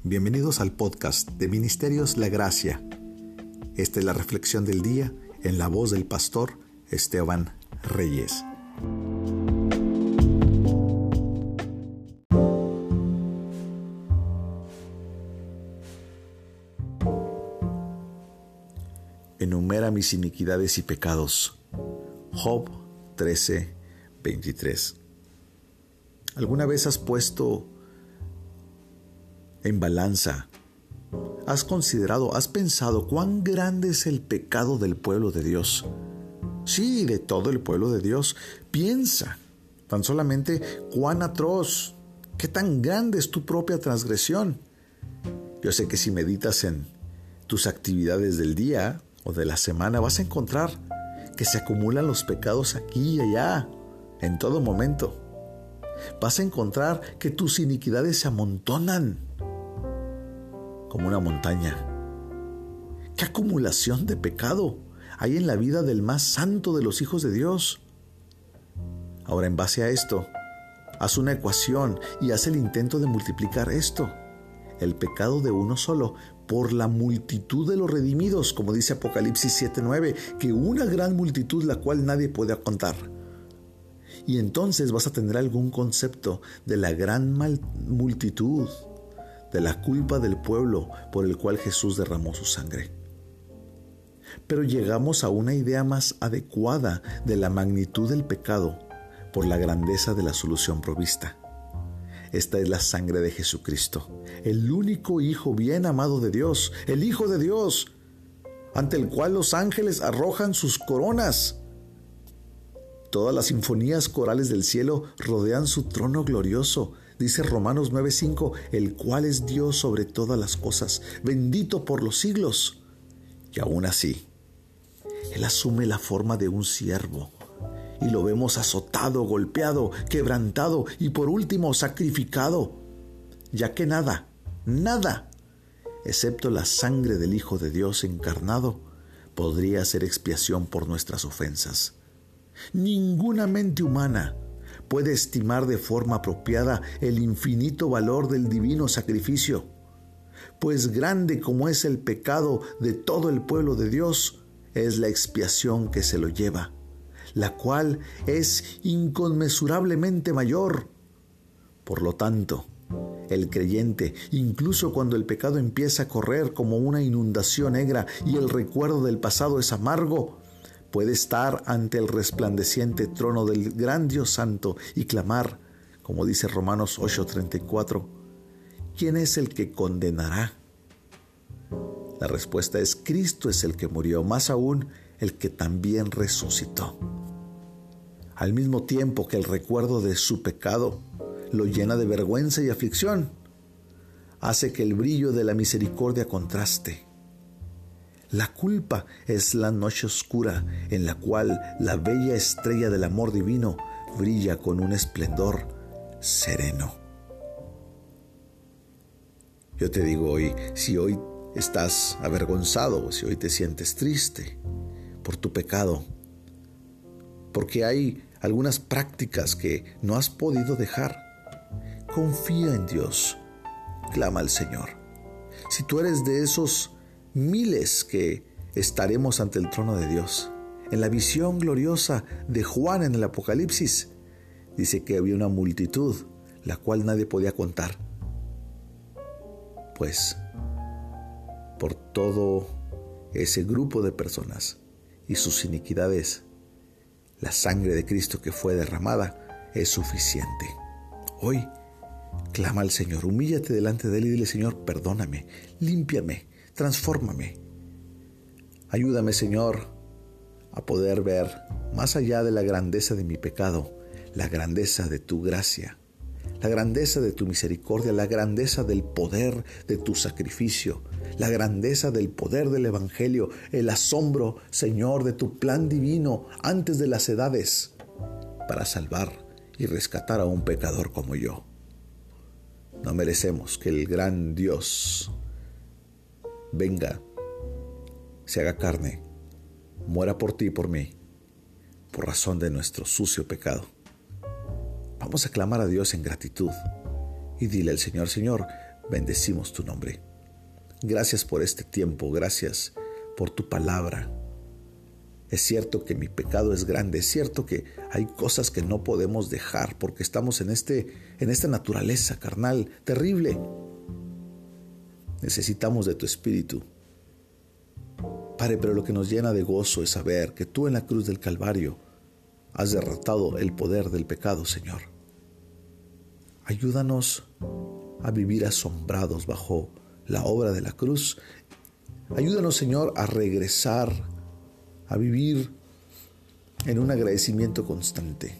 Bienvenidos al podcast de Ministerios La Gracia. Esta es la reflexión del día en la voz del pastor Esteban Reyes. Enumera mis iniquidades y pecados. Job 13:23. ¿Alguna vez has puesto en balanza? ¿Has considerado, has pensado cuán grande es el pecado del pueblo de Dios? Sí, de todo el pueblo de Dios. Piensa tan solamente cuán atroz, qué tan grande es tu propia transgresión. Yo sé que si meditas en tus actividades del día o de la semana, vas a encontrar que se acumulan los pecados aquí y allá, en todo momento. Vas a encontrar que tus iniquidades se amontonan como una montaña. ¿Qué acumulación de pecado hay en la vida del más santo de los hijos de Dios? Ahora, en base a esto, haz una ecuación y haz el intento de multiplicar esto, el pecado de uno solo, por la multitud de los redimidos, como dice Apocalipsis 7:9, que una gran multitud la cual nadie puede contar. Y entonces vas a tener algún concepto de la gran multitud, de la culpa del pueblo por el cual Jesús derramó su sangre. Pero llegamos a una idea más adecuada de la magnitud del pecado por la grandeza de la solución provista. Esta es la sangre de Jesucristo, el único Hijo bien amado de Dios, el Hijo de Dios, ante el cual los ángeles arrojan sus coronas. Todas las sinfonías corales del cielo rodean su trono glorioso. Dice Romanos 9:5, el cual es Dios sobre todas las cosas, bendito por los siglos. Y aún así, Él asume la forma de un siervo. Y lo vemos azotado, golpeado, quebrantado y por último sacrificado. Ya que nada, excepto la sangre del Hijo de Dios encarnado, podría hacer expiación por nuestras ofensas. Ninguna mente humana puede estimar de forma apropiada el infinito valor del divino sacrificio, pues grande como es el pecado de todo el pueblo de Dios, es la expiación que se lo lleva, la cual es inconmensurablemente mayor. Por lo tanto, el creyente, incluso cuando el pecado empieza a correr como una inundación negra y el recuerdo del pasado es amargo, puede estar ante el resplandeciente trono del gran Dios Santo y clamar, como dice Romanos 8:34, ¿quién es el que condenará? La respuesta es: Cristo es el que murió, más aún el que también resucitó. Al mismo tiempo que el recuerdo de su pecado lo llena de vergüenza y aflicción, hace que el brillo de la misericordia contraste. La culpa es la noche oscura en la cual la bella estrella del amor divino brilla con un esplendor sereno. Yo te digo hoy, si hoy estás avergonzado, si hoy te sientes triste por tu pecado, porque hay algunas prácticas que no has podido dejar, confía en Dios, clama al Señor. Si tú eres de esos miles que estaremos ante el trono de Dios, en la visión gloriosa de Juan en el Apocalipsis, dice que había una multitud, la cual nadie podía contar. Pues, por todo ese grupo de personas y sus iniquidades, la sangre de Cristo que fue derramada es suficiente. Hoy, clama al Señor, humíllate delante de Él y dile: Señor, perdóname, límpiame, transfórmame. Ayúdame, Señor, a poder ver más allá de la grandeza de mi pecado, la grandeza de tu gracia, la grandeza de tu misericordia, la grandeza del poder de tu sacrificio, la grandeza del poder del Evangelio, el asombro, Señor, de tu plan divino antes de las edades para salvar y rescatar a un pecador como yo. No merecemos que el gran Dios venga, se haga carne, muera por ti y por mí, por razón de nuestro sucio pecado. Vamos a clamar a Dios en gratitud y dile al Señor: Señor, bendecimos tu nombre. Gracias por este tiempo, gracias por tu palabra. Es cierto que mi pecado es grande, es cierto que hay cosas que no podemos dejar porque estamos en esta naturaleza carnal terrible. Necesitamos de tu Espíritu. Padre, pero lo que nos llena de gozo es saber que tú en la cruz del Calvario has derrotado el poder del pecado, Señor. Ayúdanos a vivir asombrados bajo la obra de la cruz. Ayúdanos, Señor, a regresar, a vivir en un agradecimiento constante.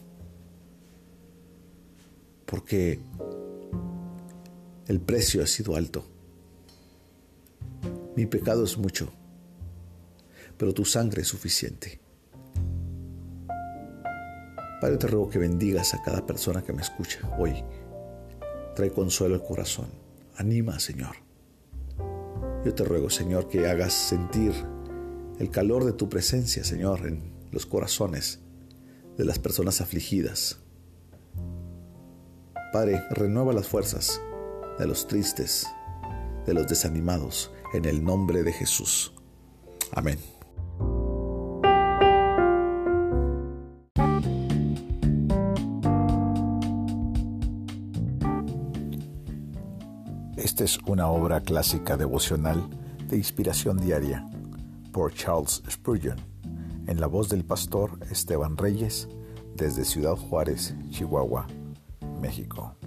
Porque el precio ha sido alto. Mi pecado es mucho, pero tu sangre es suficiente. Padre, te ruego que bendigas a cada persona que me escucha hoy. Trae consuelo al corazón. Anima, Señor. Yo te ruego, Señor, que hagas sentir el calor de tu presencia, Señor, en los corazones de las personas afligidas. Padre, renueva las fuerzas de los tristes, de los desanimados, en el nombre de Jesús. Amén. Esta es una obra clásica devocional de inspiración diaria por Charles Spurgeon, en la voz del pastor Esteban Reyes, desde Ciudad Juárez, Chihuahua, México.